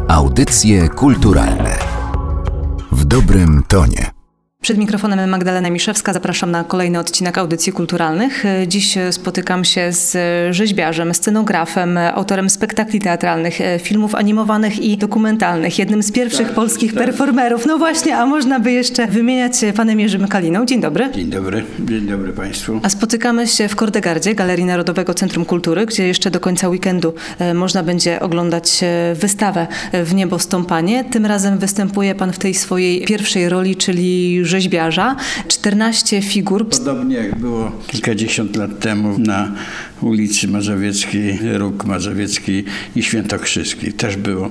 Audycje kulturalne w dobrym tonie. Przed mikrofonem Magdalena Miszewska, zapraszam na kolejny odcinek Audycji Kulturalnych. Dziś spotykam się z rzeźbiarzem, scenografem, autorem spektakli teatralnych, filmów animowanych i dokumentalnych, jednym z pierwszych polskich performerów. No właśnie, a można by jeszcze wymieniać panem Jerzym Kaliną. Dzień dobry. Dzień dobry Państwu. A spotykamy się w Kordegardzie, Galerii Narodowego Centrum Kultury, gdzie jeszcze do końca weekendu można będzie oglądać wystawę W niebo stąpanie. Tym razem występuje pan w tej swojej pierwszej roli, czyli rzeźbiarza. 14 figur. Podobnie jak było kilkadziesiąt lat temu na ulicy Mazowieckiej, Róg Mazowiecki i Świętokrzyskiej. Też było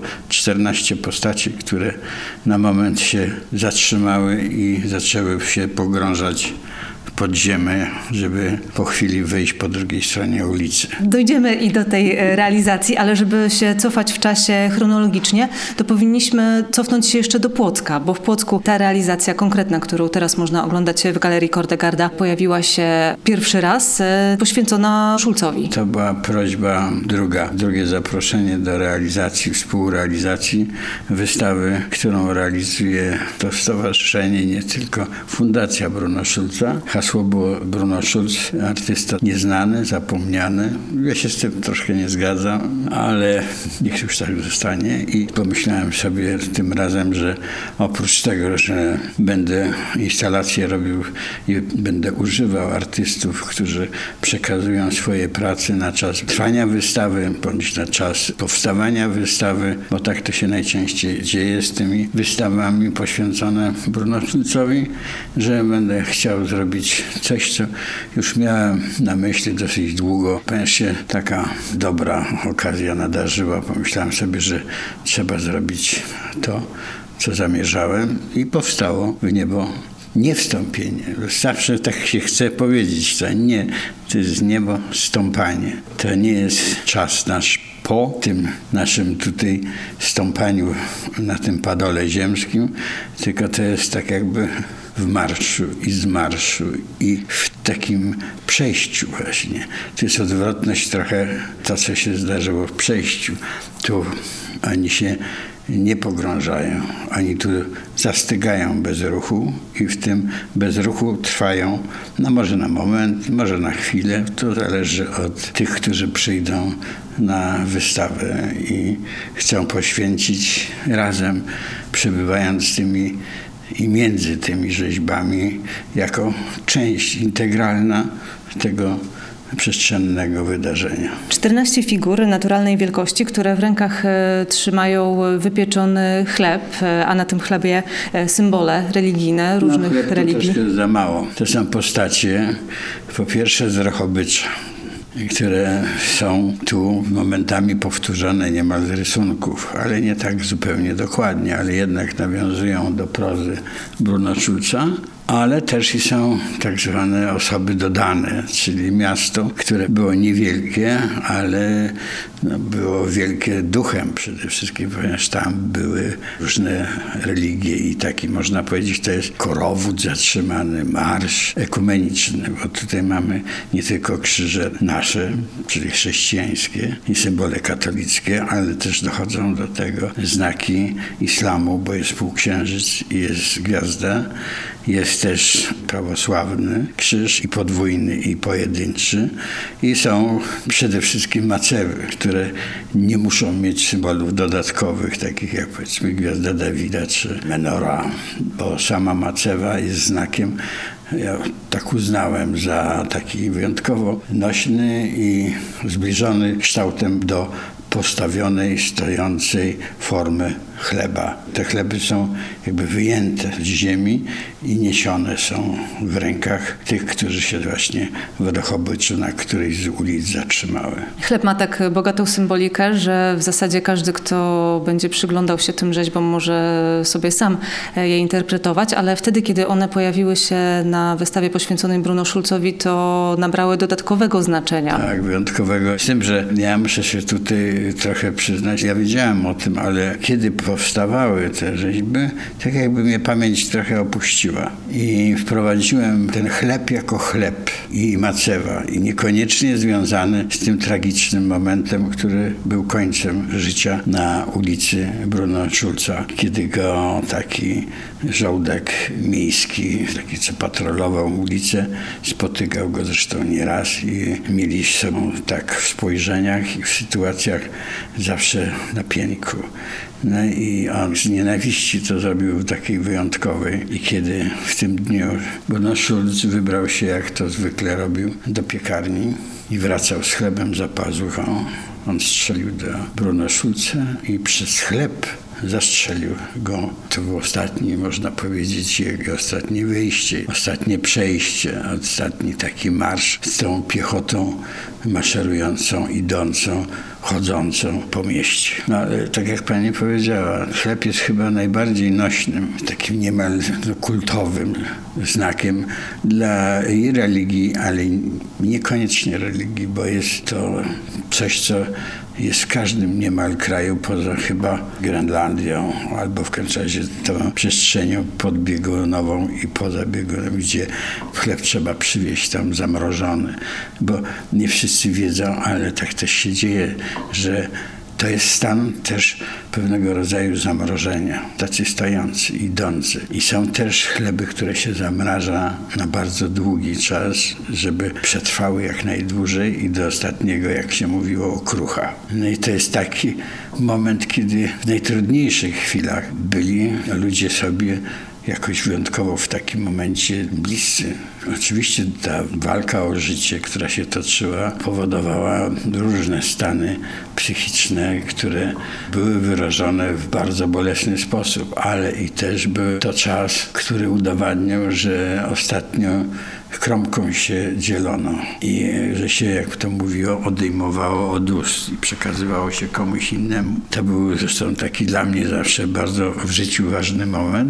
14 postaci, które na moment się zatrzymały i zaczęły się pogrążać pod ziemię, żeby po chwili wyjść po drugiej stronie ulicy. Dojdziemy i do tej realizacji, ale żeby się cofać w czasie chronologicznie, to powinniśmy cofnąć się jeszcze do Płocka, bo w Płocku ta realizacja konkretna, którą teraz można oglądać w Galerii Kordegarda, pojawiła się pierwszy raz, poświęcona Szulcowi. To była prośba drugie zaproszenie do realizacji, współrealizacji wystawy, którą realizuje to stowarzyszenie, nie tylko Fundacja Bruno Szulca. Hasło było Bruno Schulz, artysta nieznany, zapomniany. Ja się z tym troszkę nie zgadzam, ale niech już tak zostanie. I pomyślałem sobie tym razem, że oprócz tego, że będę instalacje robił i będę używał artystów, którzy przekazują swoje prace na czas trwania wystawy, bądź na czas powstawania wystawy, bo tak to się najczęściej dzieje z tymi wystawami poświęcone Bruno Schulzowi, że będę chciał zrobić coś, co już miałem na myśli dosyć długo. Ponieważ się taka dobra okazja nadarzyła, pomyślałem sobie, że trzeba zrobić to, co zamierzałem i powstało W niebo nie wstąpienie. Zawsze tak się chce powiedzieć, to nie, to jest niebo stąpanie. To nie jest czas nasz po tym naszym tutaj stąpaniu na tym padole ziemskim, tylko to jest tak jakby w marszu i z marszu i w takim przejściu właśnie. To jest odwrotność trochę to, co się zdarzyło w przejściu. Tu oni się nie pogrążają. Oni tu zastygają bez ruchu i w tym bezruchu trwają, no może na moment, może na chwilę. To zależy od tych, którzy przyjdą na wystawę i chcą poświęcić razem, przebywając tymi i między tymi rzeźbami jako część integralna tego przestrzennego wydarzenia. 14 figur naturalnej wielkości, które w rękach trzymają wypieczony chleb, a na tym chlebie symbole religijne różnych chleb to religii. Troszkę za mało. To są postacie, po pierwsze z Drohobycza, które są tu momentami powtórzone niemal z rysunków, ale nie tak zupełnie dokładnie, ale jednak nawiązują do prozy Bruno Schulza, ale też i są tak zwane osoby dodane, czyli miasto, które było niewielkie, ale było wielkie duchem przede wszystkim, ponieważ tam były różne religie i taki, można powiedzieć, to jest korowód zatrzymany, marsz ekumeniczny, bo tutaj mamy nie tylko krzyże nasze, czyli chrześcijańskie i symbole katolickie, ale też dochodzą do tego znaki islamu, bo jest półksiężyc i jest gwiazda. Jest też prawosławny krzyż i podwójny i pojedynczy i są przede wszystkim macewy, które nie muszą mieć symbolów dodatkowych, takich jak powiedzmy gwiazda Dawida czy menora, bo sama macewa jest znakiem, ja tak uznałem, za taki wyjątkowo nośny i zbliżony kształtem do postawionej, stojącej formy chleba. Te chleby są jakby wyjęte z ziemi i niesione są w rękach tych, którzy się właśnie w Drohobyczu na którejś z ulic zatrzymały. Chleb ma tak bogatą symbolikę, że w zasadzie każdy, kto będzie przyglądał się tym rzeźbom, może sobie sam je interpretować, ale wtedy, kiedy one pojawiły się na wystawie poświęconej Bruno Schulzowi, to nabrały dodatkowego znaczenia. Tak, wyjątkowego. Z tym, że ja muszę się tutaj trochę przyznać, ja wiedziałem o tym, ale kiedy powstawały te rzeźby, tak jakby mnie pamięć trochę opuściła. I wprowadziłem ten chleb jako chleb i macewa. I niekoniecznie związany z tym tragicznym momentem, który był końcem życia na ulicy Bruno Schulza, kiedy go taki żołdek miejski, taki co patrolował ulicę, spotykał go zresztą nieraz i mieli się sobą tak w spojrzeniach i w sytuacjach zawsze na pieńku. No i on z nienawiści to zrobił takiej wyjątkowej. I kiedy w tym dniu Bruno Schulz wybrał się, jak to zwykle robił, do piekarni i wracał z chlebem za pazuchą, on strzelił do Bruno Schulza i przez chleb zastrzelił go. To był ostatni, można powiedzieć, jego ostatnie wyjście, ostatnie przejście, ostatni taki marsz z tą piechotą maszerującą, idącą, chodzącą po mieście. No, ale tak jak pani powiedziała, chleb jest chyba najbardziej nośnym, takim niemal kultowym znakiem dla jej religii, ale niekoniecznie religii, bo jest to coś, co jest w każdym niemal kraju, poza chyba Grenlandią, albo w każdym razie tą przestrzenią podbiegunową i poza biegunem, gdzie chleb trzeba przywieźć tam zamrożony, bo nie wszyscy wiedzą, ale tak też się dzieje, że to jest stan też pewnego rodzaju zamrożenia, tacy stojący, idący. I są też chleby, które się zamraża na bardzo długi czas, żeby przetrwały jak najdłużej i do ostatniego, jak się mówiło, okrucha. No i to jest taki moment, kiedy w najtrudniejszych chwilach byli ludzie sobie jakoś wyjątkowo w takim momencie bliscy. Oczywiście ta walka o życie, która się toczyła, powodowała różne stany psychiczne, które były wyrażone w bardzo bolesny sposób, ale i też był to czas, który udowadniał, że ostatnio kromką się dzielono i że się, jak to mówiło, odejmowało od ust i przekazywało się komuś innemu. To był zresztą taki dla mnie zawsze bardzo w życiu ważny moment,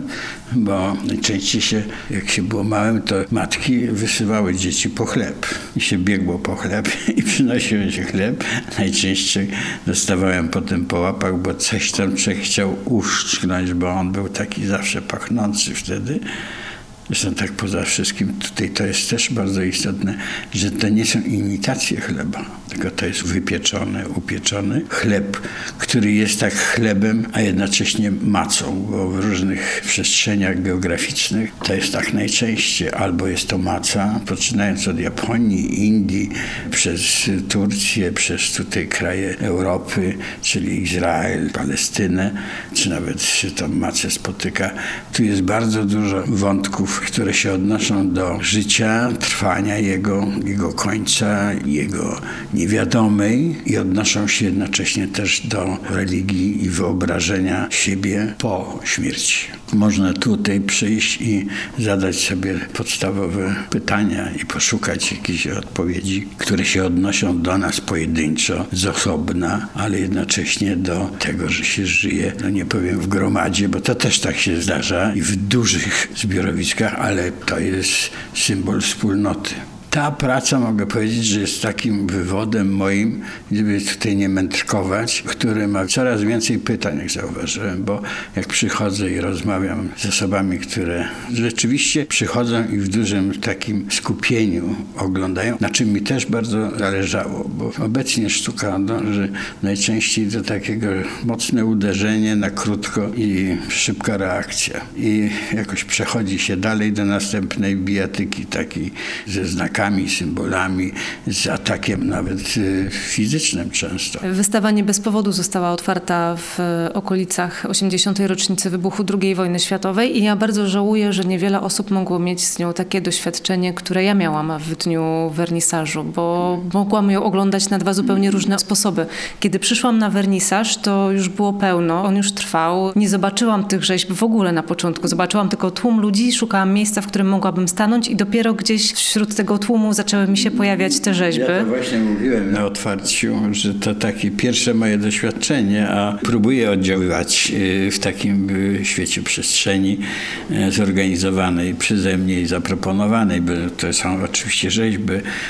bo najczęściej się, jak się było małym, to matki wysyłały dzieci po chleb i się biegło po chleb i przynosiło się chleb. Najczęściej dostawałem potem po łapach, bo coś tam człowiek chciał uszczknąć, bo on był taki zawsze pachnący wtedy. Zresztą tak poza wszystkim tutaj to jest też bardzo istotne, że to nie są imitacje chleba, tylko to jest wypieczony, upieczony chleb, który jest tak chlebem, a jednocześnie macą, bo w różnych przestrzeniach geograficznych to jest tak najczęściej. Albo jest to maca, poczynając od Japonii, Indii, przez Turcję, przez tutaj kraje Europy, czyli Izrael, Palestynę, czy nawet się tą macę spotyka. Tu jest bardzo dużo wątków, które się odnoszą do życia, trwania jego końca, jego niewiadomej i odnoszą się jednocześnie też do religii i wyobrażenia siebie po śmierci. Można tutaj przyjść i zadać sobie podstawowe pytania i poszukać jakichś odpowiedzi, które się odnoszą do nas pojedynczo, z osobna, ale jednocześnie do tego, że się żyje, no nie powiem w gromadzie, bo to też tak się zdarza i w dużych zbiorowiskach, ale to jest symbol wspólnoty. Ta praca, mogę powiedzieć, że jest takim wywodem moim, żeby tutaj nie mędrkować, który ma coraz więcej pytań, jak zauważyłem, bo jak przychodzę i rozmawiam z osobami, które rzeczywiście przychodzą i w dużym takim skupieniu oglądają, na czym mi też bardzo zależało, bo obecnie sztuka dąży najczęściej do takiego mocne uderzenie na krótko i szybka reakcja. I jakoś przechodzi się dalej do następnej bijatyki, takiej ze znakami, symbolami, z atakiem nawet fizycznym często. Wystawa nie bez powodu została otwarta w okolicach 80. rocznicy wybuchu II wojny światowej i ja bardzo żałuję, że niewiele osób mogło mieć z nią takie doświadczenie, które ja miałam w dniu wernisażu, bo mogłam ją oglądać na dwa zupełnie różne sposoby. Kiedy przyszłam na wernisaż, to już było pełno, on już trwał. Nie zobaczyłam tych rzeźb w ogóle na początku. Zobaczyłam tylko tłum ludzi, szukałam miejsca, w którym mogłabym stanąć i dopiero gdzieś wśród tego tłumu tłumu zaczęły mi się pojawiać te rzeźby. Ja to właśnie mówiłem na otwarciu, że to takie pierwsze moje doświadczenie, a próbuję oddziaływać w takim świecie przestrzeni zorganizowanej przeze mnie i zaproponowanej, bo to są oczywiście rzeźby,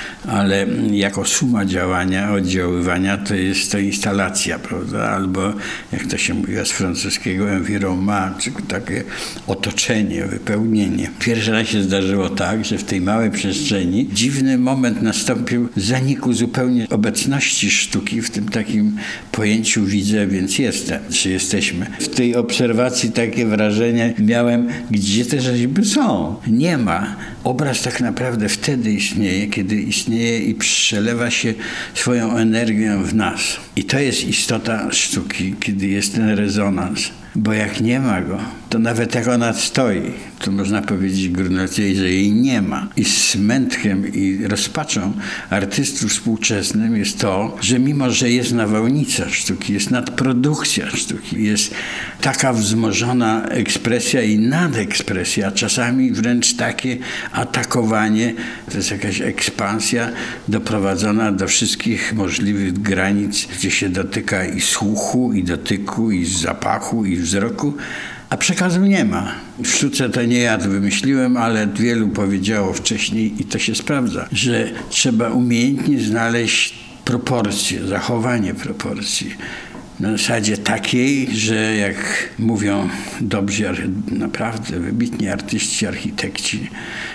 ale jako suma działania, oddziaływania to jest to instalacja, prawda? Albo jak to się mówi z francuskiego environnement, czy takie otoczenie, wypełnienie. Pierwszy raz się zdarzyło tak, że w tej małej przestrzeni dziwny moment nastąpił zaniku zupełnie obecności sztuki w tym takim pojęciu widzę, więc jestem, czy jesteśmy. W tej obserwacji takie wrażenie miałem, gdzie te rzeźby są. Nie ma. Obraz tak naprawdę wtedy istnieje, kiedy istnieje i przelewa się swoją energią w nas. I to jest istota sztuki, kiedy jest ten rezonans. Bo jak nie ma go, to nawet jak ona stoi, to można powiedzieć gruncie, że jej nie ma. I smętkiem i rozpaczą artystów współczesnym jest to, że mimo, że jest nawałnica sztuki, jest nadprodukcja sztuki, jest taka wzmożona ekspresja i nadekspresja, czasami wręcz takie atakowanie, to jest jakaś ekspansja doprowadzona do wszystkich możliwych granic, gdzie się dotyka i słuchu, i dotyku, i zapachu, i wzroku, a przekazu nie ma. W sztuce to nie ja to wymyśliłem, ale wielu powiedziało wcześniej i to się sprawdza, że trzeba umiejętnie znaleźć proporcje, zachowanie proporcji. Na zasadzie takiej, że jak mówią dobrzy, naprawdę wybitni artyści, architekci,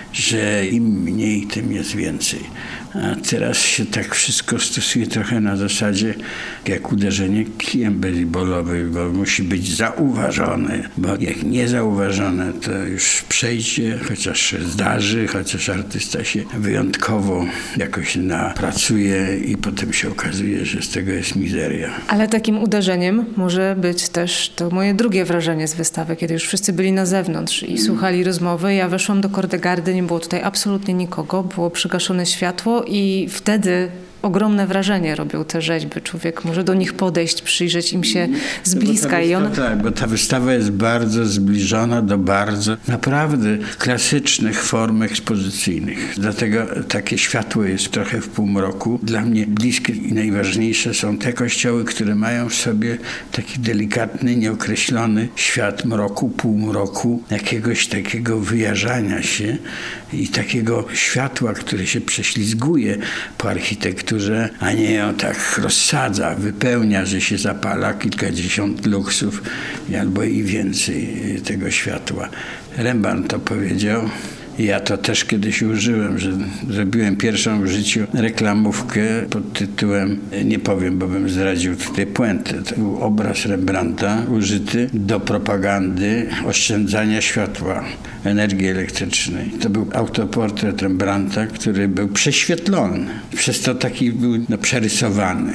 że im mniej, tym jest więcej. A teraz się tak wszystko stosuje trochę na zasadzie jak uderzenie kijem baseballowym, bo musi być zauważone, bo jak nie zauważone, to już przejdzie, chociaż się zdarzy, chociaż artysta się wyjątkowo jakoś napracuje i potem się okazuje, że z tego jest mizeria. Ale takim uderzeniem może być też to moje drugie wrażenie z wystawy, kiedy już wszyscy byli na zewnątrz i słuchali rozmowy. Ja weszłam do Kordegardy, nie było tutaj absolutnie nikogo, było przygaszone światło i wtedy ogromne wrażenie robią te rzeźby. Człowiek może do nich podejść, przyjrzeć im się z bliska. Tak, bo ta wystawa jest bardzo zbliżona do bardzo naprawdę klasycznych form ekspozycyjnych. Dlatego takie światło jest trochę w półmroku. Dla mnie bliskie i najważniejsze są te kościoły, które mają w sobie taki delikatny, nieokreślony świat mroku, półmroku, jakiegoś takiego wyjarzania się i takiego światła, które się prześlizguje po architekturze, a nie ją tak rozsadza, wypełnia, że się zapala kilkadziesiąt luksów albo i więcej tego światła. Rembrandt to powiedział. Ja to też kiedyś użyłem, że zrobiłem pierwszą w życiu reklamówkę pod tytułem, nie powiem, bo bym zdradził tutaj puentę. To był obraz Rembrandta użyty do propagandy oszczędzania światła, energii elektrycznej. To był autoportret Rembrandta, który był prześwietlony. Przez to taki był przerysowany,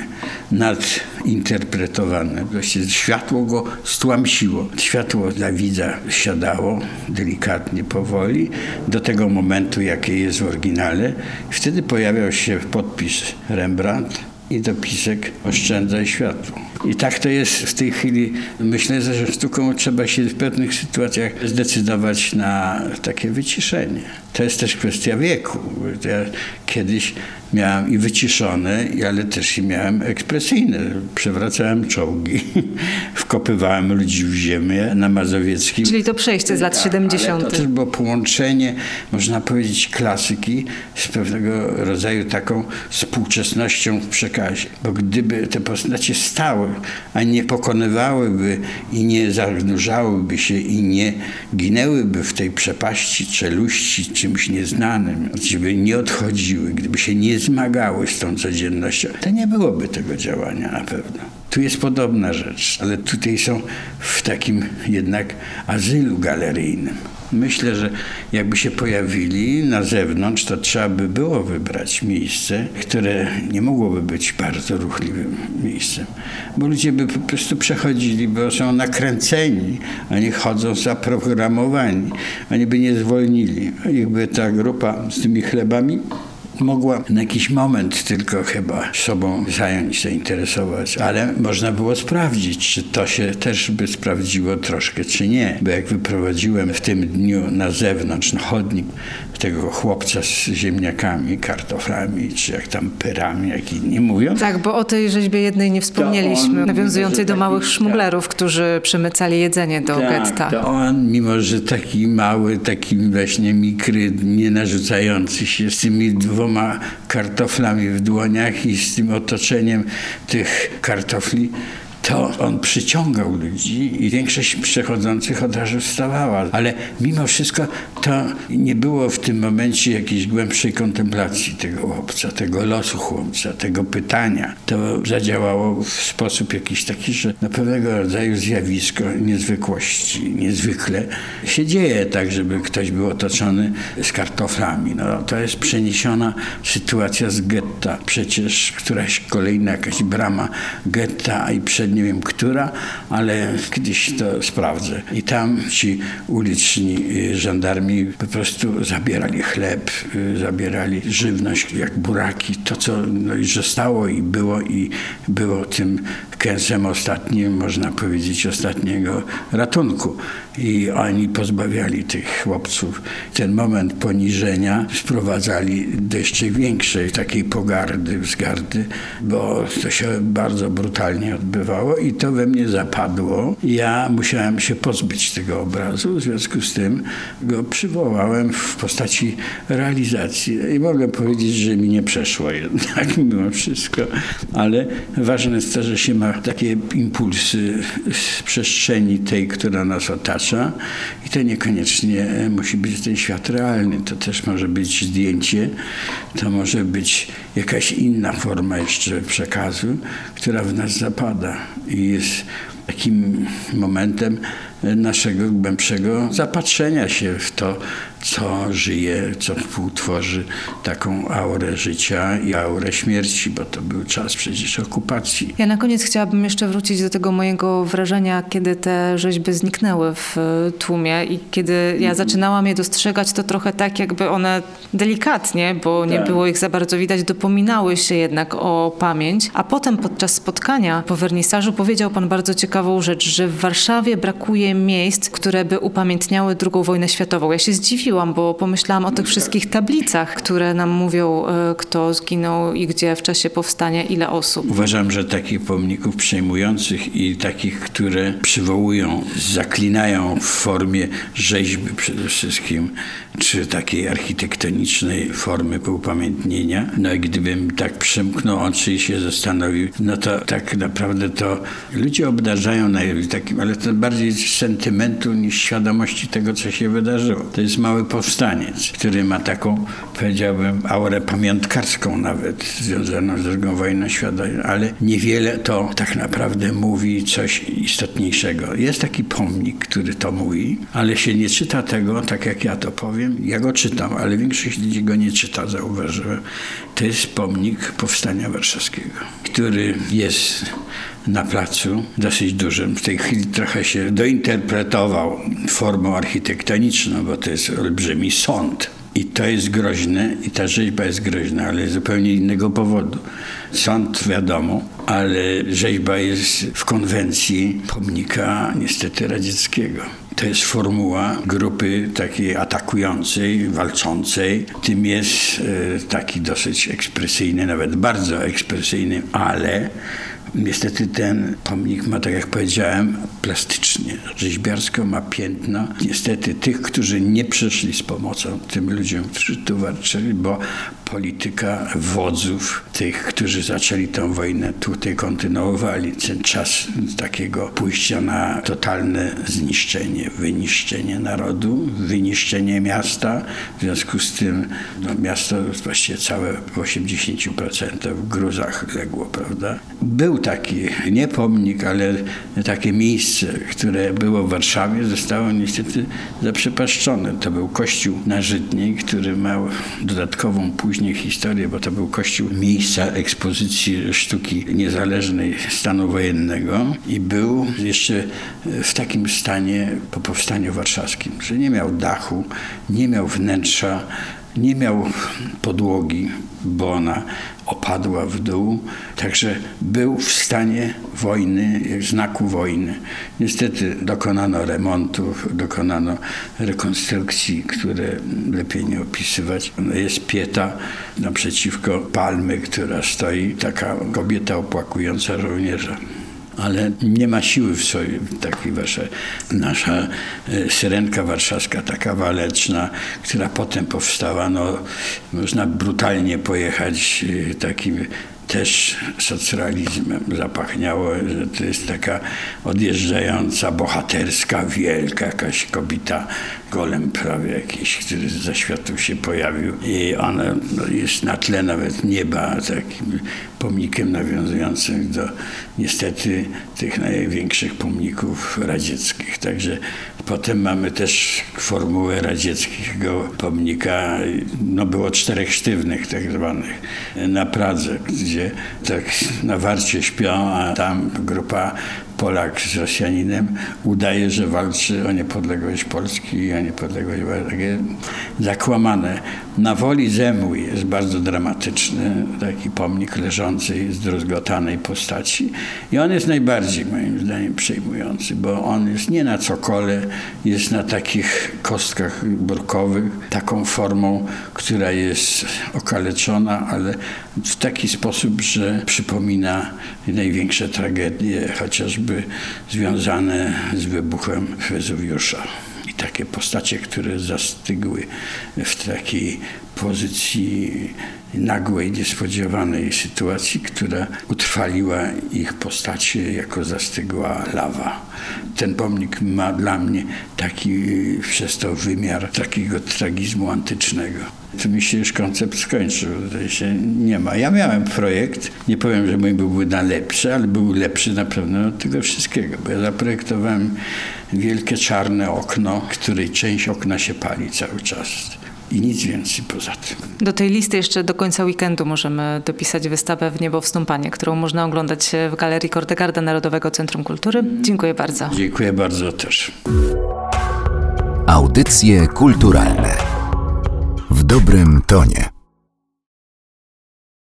nadinterpretowany. Właściwie światło go stłamsiło. Światło dla widza siadało delikatnie, powoli, do tego momentu, jaki jest w oryginale. Wtedy pojawiał się podpis Rembrandt i dopisek oszczędzaj światło. I tak to jest w tej chwili. Myślę, że sztuką trzeba się w pewnych sytuacjach zdecydować na takie wyciszenie. To jest też kwestia wieku. Ja kiedyś miałem i wyciszone, ale też i miałem ekspresyjne. Przewracałem czołgi, wkopywałem ludzi w ziemię na Mazowieckim. Czyli to przejście z lat 70. Ale to też było połączenie, można powiedzieć, klasyki z pewnego rodzaju taką współczesnością w przekazie. Bo gdyby te postacie stały, a nie pokonywałyby i nie zanurzałyby się i nie ginęłyby w tej przepaści czeluści czymś nieznanym, gdyby nie odchodziły, gdyby się nie zmagały z tą codziennością, to nie byłoby tego działania na pewno. Tu jest podobna rzecz, ale tutaj są w takim jednak azylu galeryjnym. Myślę, że jakby się pojawili na zewnątrz, to trzeba by było wybrać miejsce, które nie mogłoby być bardzo ruchliwym miejscem. Bo ludzie by po prostu przechodzili, bo są nakręceni, oni chodzą zaprogramowani, oni by nie zwolnili. Jakby ta grupa z tymi chlebami mogła na jakiś moment tylko chyba sobą zająć, zainteresować, ale można było sprawdzić, czy to się też by sprawdziło troszkę, czy nie. Bo jak wyprowadziłem w tym dniu na zewnątrz, na chodnik, tego chłopca z ziemniakami, kartoflami, czy jak tam pyrami, jak inni mówią. Tak, bo o tej rzeźbie jednej nie wspomnieliśmy, nawiązującej do małych szmuglerów, którzy przemycali jedzenie do getta. To on, mimo że taki mały, taki właśnie mikry, nie narzucający się, z tymi 2 kartoflami w dłoniach i z tym otoczeniem tych kartofli, to on przyciągał ludzi i większość przechodzących od razu wstawała. Ale mimo wszystko to nie było w tym momencie jakiejś głębszej kontemplacji tego chłopca, tego losu chłopca, tego pytania. To zadziałało w sposób jakiś taki, że na pewnego rodzaju zjawisko niezwykłości, niezwykle się dzieje tak, żeby ktoś był otoczony z kartoflami. No, to jest przeniesiona sytuacja z getta. Przecież któraś kolejna jakaś brama getta, a i przed nie wiem która, ale kiedyś to sprawdzę. I tam ci uliczni żandarmi po prostu zabierali chleb, zabierali żywność, jak buraki, to co już zostało i było tym kęsem ostatnim, można powiedzieć, ostatniego ratunku. I oni pozbawiali tych chłopców. Ten moment poniżenia sprowadzali do jeszcze większej takiej pogardy, wzgardy, bo to się bardzo brutalnie odbywało i to we mnie zapadło. Ja musiałem się pozbyć tego obrazu, w związku z tym go przywołałem w postaci realizacji. I mogę powiedzieć, że mi nie przeszło jednak mimo wszystko, ale ważne jest to, że się ma takie impulsy z przestrzeni tej, która nas otacza i to niekoniecznie musi być ten świat realny. To też może być zdjęcie, to może być jakaś inna forma jeszcze przekazu, która w nas zapada i jest takim momentem naszego głębszego zapatrzenia się w to, co żyje, co współtworzy taką aurę życia i aurę śmierci, bo to był czas przecież okupacji. Ja na koniec chciałabym jeszcze wrócić do tego mojego wrażenia, kiedy te rzeźby zniknęły w tłumie i kiedy ja zaczynałam je dostrzegać, to trochę tak, jakby one delikatnie, bo nie było ich za bardzo widać, dopominały się jednak o pamięć. A potem podczas spotkania po wernisażu powiedział pan bardzo ciekawą rzecz, że w Warszawie brakuje miejsc, które by upamiętniały II wojnę światową. Ja się zdziwiłam, bo pomyślałam o tych wszystkich tablicach, które nam mówią, kto zginął i gdzie w czasie powstania, ile osób. Uważam, że takich pomników przejmujących i takich, które przywołują, zaklinają w formie rzeźby przede wszystkim, czy takiej architektonicznej formy upamiętnienia. No i gdybym tak przymknął oczy i się zastanowił, no to tak naprawdę to ludzie obdarzają takim, ale to bardziej sentymentu niż świadomości tego, co się wydarzyło. To jest mały powstaniec, który ma taką, powiedziałbym, aurę pamiątkarską nawet, związaną z II wojną światową, ale niewiele to tak naprawdę mówi coś istotniejszego. Jest taki pomnik, który to mówi, ale się nie czyta tego, tak jak ja to powiem. Ja go czytam, ale większość ludzi go nie czyta, zauważyłem. To jest pomnik Powstania Warszawskiego, który jest na placu dosyć dużym. W tej chwili trochę się dointerpretował formą architektoniczną, bo to jest olbrzymi sąd. I to jest groźne i ta rzeźba jest groźna, ale z zupełnie innego powodu. Sąd wiadomo, ale rzeźba jest w konwencji pomnika niestety radzieckiego. To jest formuła grupy takiej atakującej, walczącej. Tym jest taki dosyć ekspresyjny, nawet bardzo ekspresyjny, ale niestety ten pomnik ma, tak jak powiedziałem, plastycznie, rzeźbiarsko ma piętno. Niestety tych, którzy nie przyszli z pomocą tym ludziom, którzy tu walczyli, bo polityka wodzów, tych, którzy zaczęli tę wojnę, tutaj kontynuowali ten czas takiego pójścia na totalne zniszczenie, wyniszczenie narodu, wyniszczenie miasta. W związku z tym miasto właściwie całe w 80% w gruzach legło, prawda? Był taki, nie pomnik, ale takie miejsce, które było w Warszawie, zostało niestety zaprzepaszczone. To był kościół na Żydniej, który miał dodatkową później historię, bo to był kościół miejsca ekspozycji sztuki niezależnej stanu wojennego i był jeszcze w takim stanie po powstaniu warszawskim, że nie miał dachu, nie miał wnętrza, nie miał podłogi, bo ona opadła w dół, także był w stanie wojny, znaku wojny. Niestety dokonano remontów, dokonano rekonstrukcji, które lepiej nie opisywać. Jest pieta naprzeciwko palmy, która stoi, taka kobieta opłakująca żołnierza. Ale nie ma siły w sobie takiej nasza Syrenka Warszawska, taka waleczna, która potem powstała, można brutalnie pojechać takim też socrealizmem. Zapachniało, że to jest taka odjeżdżająca, bohaterska, wielka jakaś kobieta, golem prawie jakiś, który ze światów się pojawił i ona jest na tle nawet nieba, takim pomnikiem nawiązującym do niestety tych największych pomników radzieckich. Także potem mamy też formułę radzieckiego pomnika, było 4 sztywnych tak zwanych na Pradze, gdzie tak na warcie śpią, a tam grupa Polak z Rosjaninem udaje, że walczy o niepodległość Polski i o niepodległość, takie zakłamane. Na Woli Zemły jest bardzo dramatyczny taki pomnik leżący z zdruzgotanej postaci i on jest najbardziej moim zdaniem przejmujący, bo on jest nie na cokole, jest na takich kostkach brukowych, taką formą, która jest okaleczona, ale w taki sposób, że przypomina największe tragedie, chociażby związane z wybuchem Wezuwiusza. I takie postacie, które zastygły w takiej pozycji nagłej, niespodziewanej sytuacji, która utrwaliła ich postacie jako zastygła lawa. Ten pomnik ma dla mnie taki przez to wymiar takiego tragizmu antycznego. To mi się już koncept skończył, tutaj się nie ma. Ja miałem projekt, nie powiem, że mój byłby najlepszy, ale był lepszy na pewno od tego wszystkiego, bo ja zaprojektowałem wielkie czarne okno, w której część okna się pali cały czas. I nic więcej poza tym. Do tej listy jeszcze do końca weekendu możemy dopisać wystawę W niebo wstąpanie, którą można oglądać w Galerii Kordegarda Narodowego Centrum Kultury. Dziękuję bardzo. Dziękuję bardzo też. Audycje kulturalne w dobrym tonie.